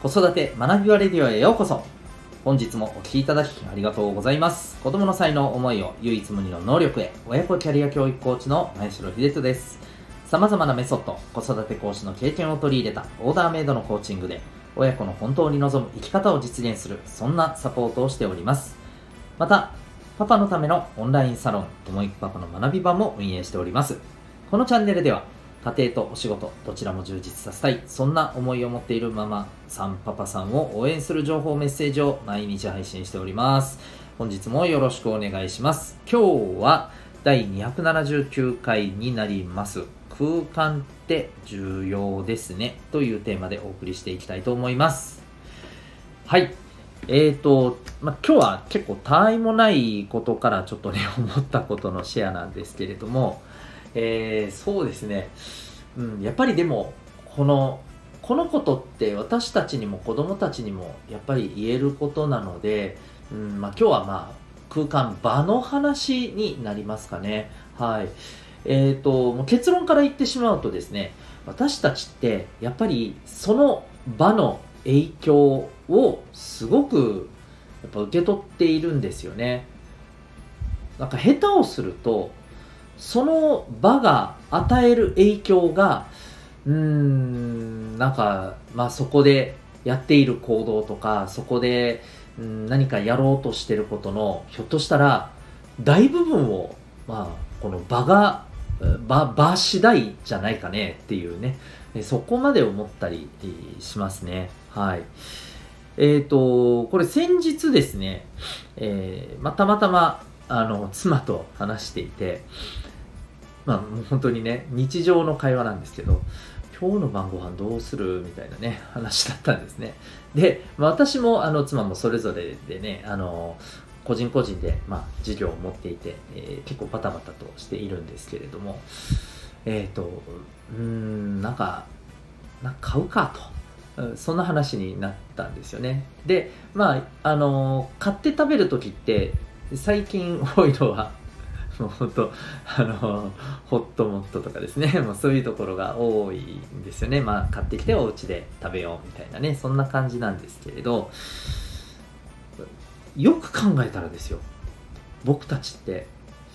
子育て学び場レディオへようこそ。本日もお聞きいただきありがとうございます。子供の才能、思いを唯一無二の能力へ、親子キャリア教育コーチの前城秀人です。様々なメソッド、子育て講師の経験を取り入れたオーダーメイドのコーチングで、親子の本当に望む生き方を実現する、そんなサポートをしております。また、パパのためのオンラインサロン、ともいくパパの学び場も運営しております。このチャンネルでは、家庭とお仕事、どちらも充実させたい、そんな思いを持っているママさん、パパさんを応援する情報メッセージを毎日配信しております。本日もよろしくお願いします。今日は第279回になります。空間って重要ですね。というテーマでお送りしていきたいと思います。はい。今日は結構たわいもないことからちょっとね、思ったことのシェアなんですけれども、そうですね、やっぱりでもこのことって私たちにも子供たちにもやっぱり言えることなので、今日は空間場の話になりますかね。はい。もう結論から言ってしまうとですね、私たちってやっぱりその場の影響をすごくやっぱ受け取っているんですよね。なんか下手をするとその場が与える影響がそこでやっている行動とか、そこで何かやろうとしてることのひょっとしたら大部分をこの場次第じゃないかねっていうね、そこまで思ったりしますね。はい。これ先日ですね、たまたま妻と話していて、もう本当にね、日常の会話なんですけど、今日の晩ご飯どうするみたいなね、話だったんですね。で、私も妻もそれぞれでね、個人個人で事業を持っていて、結構バタバタとしているんですけれども、買うかと。そんな話になったんですよね。で、買って食べるときって、最近多いのは、もう本当ホットモットとかですね、もうそういうところが多いんですよね。買ってきてお家で食べようみたいなね、そんな感じなんですけれど、よく考えたらですよ、僕たちって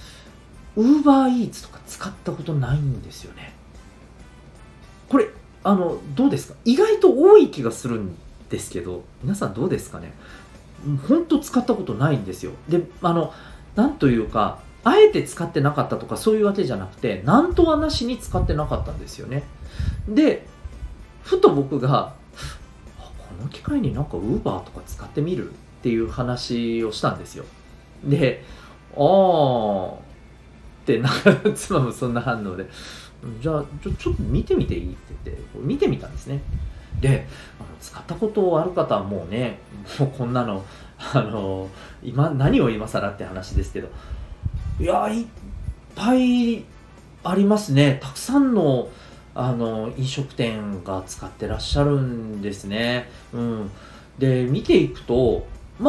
UberEatsとか使ったことないんですよね。これどうですか？意外と多い気がするんですけど、皆さんどうですかね？本当使ったことないんですよ。で、なんというか、あえて使ってなかったとかそういうわけじゃなくて、なんとはなしに使ってなかったんですよね。で、ふと僕が、この機会にUberとか使ってみるっていう話をしたんですよ。で、って妻もそんな反応で、じゃあちょっと見てみていいって言って見てみたんですね。で、使ったことある方はもうね、もうこんなの今何を今更って話ですけど、いやいっぱいありますね。たくさんの飲食店が使ってらっしゃるんですね。で、見ていくと、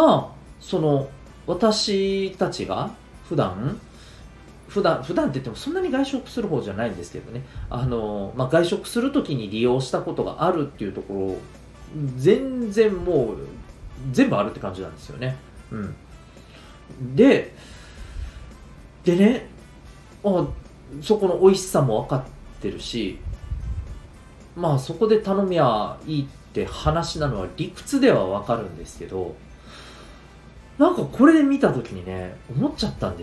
私たちが普段って言ってもそんなに外食する方じゃないんですけどね、外食するときに利用したことがあるっていうところ、全然もう全部あるって感じなんですよね。でね、そこの美味しさも分かってるし、そこで頼みゃいいって話なのは理屈では分かるんですけど、これで見たときにね、思っちゃったんです。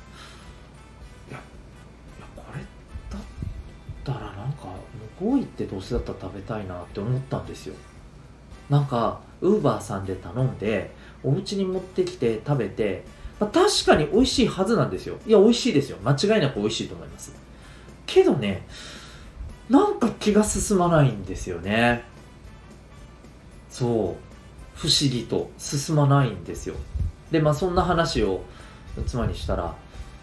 これだったら向こう行ってどうせだったら食べたいなって思ったんですよ。Uber さんで頼んでお家に持ってきて食べて、確かに美味しいはずなんですよ。いや、美味しいですよ。間違いなく美味しいと思います。けどね、気が進まないんですよね。そう、不思議と進まないんですよ。で、そんな話を妻にしたら、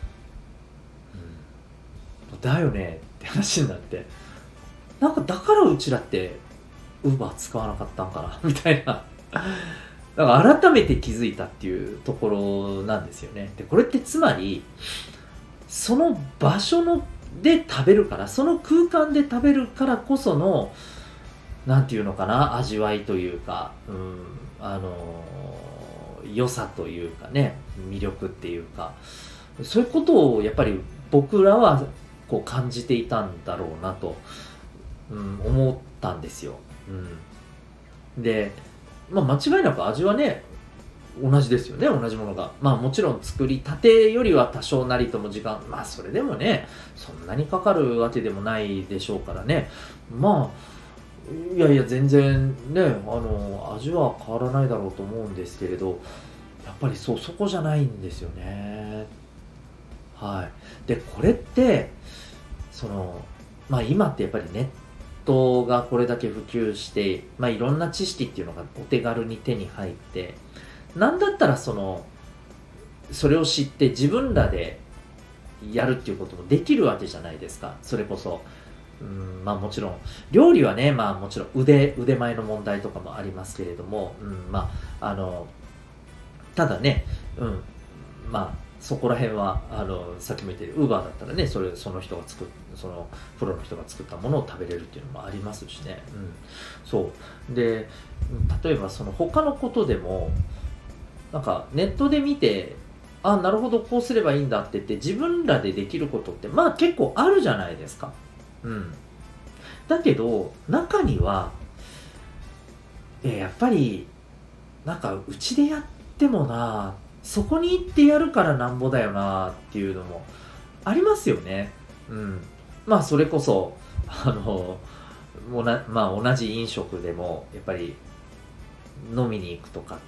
だよねって話になって、だからうちらってUber使わなかったんかなみたいな改めて気づいたっていうところなんですよね。で、これってつまりその場所で食べるから、その空間で食べるからこそのなんていうのかな、味わいというか、良さというかね、魅力っていうか、そういうことをやっぱり僕らはこう感じていたんだろうなと、思ったんですよ。で、間違いなく味はね、同じですよね、同じものが。もちろん作りたてよりは多少なりとも時間、それでもね、そんなにかかるわけでもないでしょうからね。いやいや、全然ね、味は変わらないだろうと思うんですけれど、やっぱりそこじゃないんですよね。はい。で、これって、今ってやっぱりネットがこれだけ普及して、いろんな知識っていうのがお手軽に手に入って、なんだったらそれを知って自分らでやるっていうこともできるわけじゃないですか。それこそ。もちろん、料理はね、もちろん腕前の問題とかもありますけれども、ただね、そこら辺は、さっきも言ったように、ウーバーだったらね、その人がプロの人が作ったものを食べれるっていうのもありますしね。そう。で、例えば他のことでも、なんかネットで見て、なるほど、こうすればいいんだって言って、自分らでできることって、結構あるじゃないですか。だけど、中には、やっぱり、なんか、うちでやってもな、そこに行ってやるからなんぼだよな、っていうのも、ありますよね。それこそ、同じ飲食でも、やっぱり、飲みに行くとかって、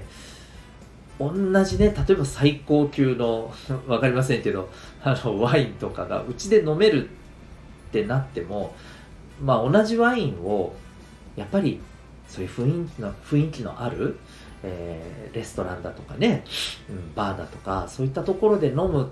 同じね、例えば最高級のわかりませんけど、ワインとかがうちで飲めるってなっても、同じワインを、やっぱり、そういう雰囲気のある、レストランだとかね、バーだとか、そういったところで飲むって、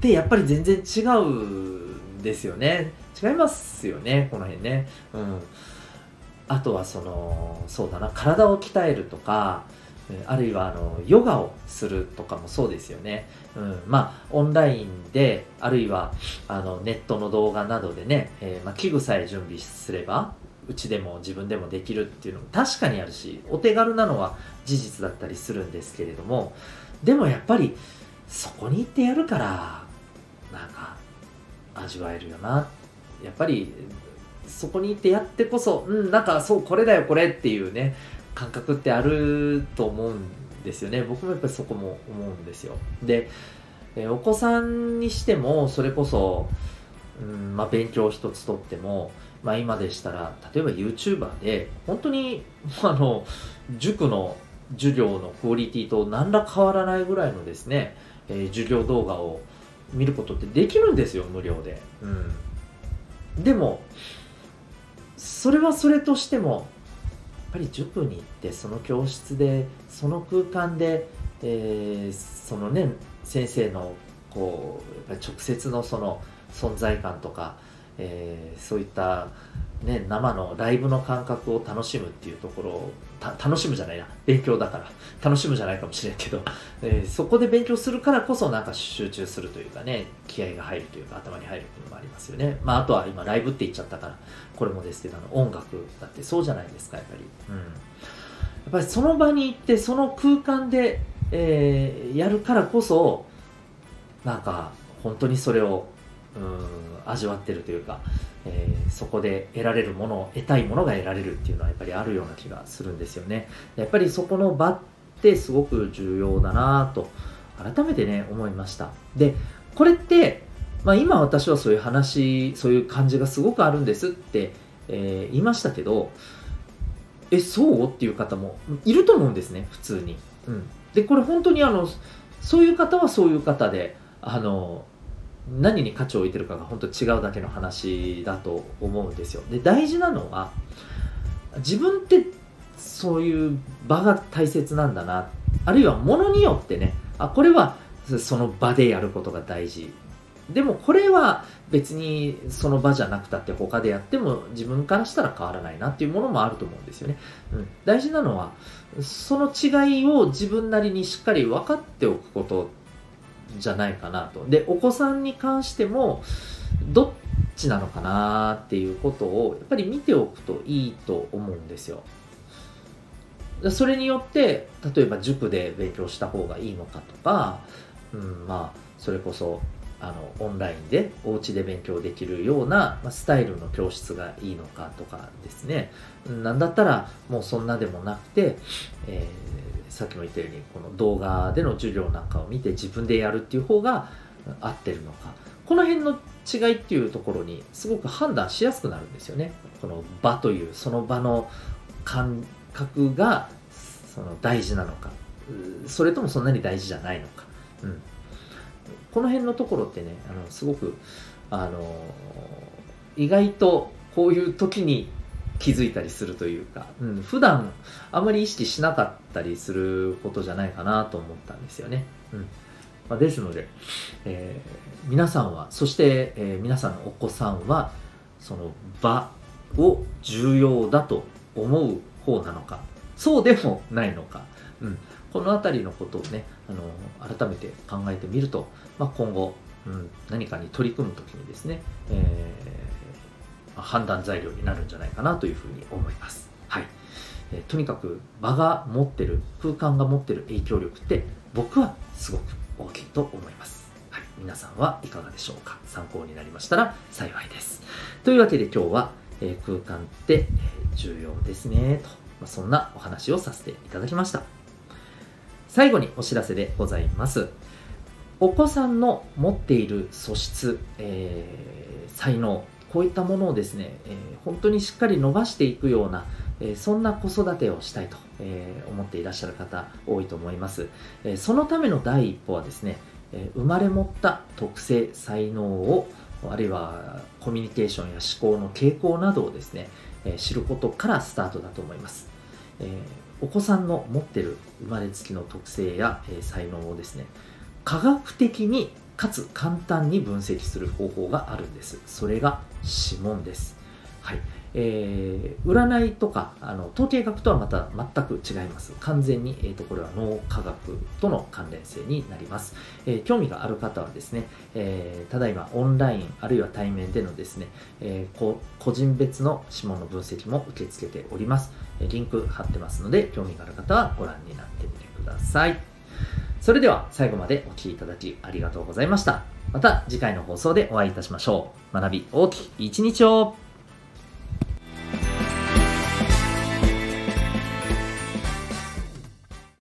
やっぱり全然違うんですよね。違いますよね、この辺ね。あとはそうだな、体を鍛えるとか、あるいはヨガをするとかもそうですよね。オンラインで、あるいはネットの動画などでね、器具さえ準備すれば、うちでも自分でもできるっていうのも確かにあるし、お手軽なのは事実だったりするんですけれども、でもやっぱりそこに行ってやるから、なんか味わえるよな。やっぱりそこに行ってやってこそ、なんかそう、これだよこれっていうね、感覚ってあると思うんですよね。僕もやっぱりそこも思うんですよ。で、お子さんにしても、それこそ、勉強一つとっても、今でしたら、例えば YouTuber で、本当に、塾の授業のクオリティと何ら変わらないぐらいのですね、授業動画を見ることってできるんですよ、無料で。でも、それはそれとしても、やっぱり塾に行って、その教室で、その空間で、そのね、先生の、やっぱり直接のその存在感とか、そういった、生のライブの感覚を楽しむっていうところを、楽しむじゃないな、勉強だから、楽しむじゃないかもしれんけど、そこで勉強するからこそなんか集中するというかね、気合が入るというか、頭に入るっていうのもありますよね。あとは今ライブって言っちゃったから、これもですけど、音楽だってそうじゃないですか、やっぱり。やっぱりその場に行って、その空間で、やるからこそ、なんか、本当にそれを、味わってるというか、そこで得られるものを、得たいものが得られるっていうのはやっぱりあるような気がするんですよね。やっぱりそこの場ってすごく重要だなと改めてね思いました。で、これって、今私はそういう話、そういう感じがすごくあるんですって、言いましたけど、そうっていう方もいると思うんですね、普通に。で、これ本当にそういう方はそういう方で、何に価値を置いてるかが本当に違うだけの話だと思うんですよ。で、大事なのは、自分ってそういう場が大切なんだな。あるいは物によってね、これはその場でやることが大事。でもこれは別にその場じゃなくたって他でやっても自分からしたら変わらないなっていうものもあると思うんですよね。大事なのは、その違いを自分なりにしっかり分かっておくことじゃないかなと。で、お子さんに関しても、どっちなのかなっていうことをやっぱり見ておくといいと思うんですよ。それによって例えば塾で勉強した方がいいのかとか、それこそオンラインでお家で勉強できるようなスタイルの教室がいいのかとかですね。なんだったらもうそんなでもなくて、さっきも言ったようにこの動画での授業なんかを見て自分でやるっていう方が合ってるのか、この辺の違いっていうところにすごく判断しやすくなるんですよね。この場というその場の感覚が大事なのか、それともそんなに大事じゃないのか、この辺のところってね、すごく意外とこういう時に気づいたりするというか、普段あまり意識しなかったりすることじゃないかなと思ったんですよね。ですので、皆さんは、そして、皆さんのお子さんはその場を重要だと思う方なのか、そうでもないのか、このあたりのことをね、改めて考えてみると、今後、何かに取り組むときにですね、判断材料になるんじゃないかなというふうに思います。はい。とにかく場が持ってる、空間が持ってる影響力って僕はすごく大きいと思います。はい。皆さんはいかがでしょうか。参考になりましたら幸いです。というわけで今日は、空間って重要ですねと、そんなお話をさせていただきました。最後にお知らせでございます。お子さんの持っている素質、才能、こういったものをですね、本当にしっかり伸ばしていくような、そんな子育てをしたいと、思っていらっしゃる方多いと思います。そのための第一歩はですね、生まれ持った特性、才能を、あるいはコミュニケーションや思考の傾向などをですね、知ることからスタートだと思います。お子さんの持っている生まれつきの特性や、才能をですね、科学的にかつ簡単に分析する方法があるんです。それが指紋です。はい。占いとか統計学とはまた全く違います。完全に、これは脳科学との関連性になります。興味がある方はですね、ただいまオンラインあるいは対面でのですね、個人別の指紋の分析も受け付けております。リンク貼ってますので、興味がある方はご覧になってみてください。それでは最後までお聞きいただきありがとうございました。また次回の放送でお会いいたしましょう。学び大きい一日を。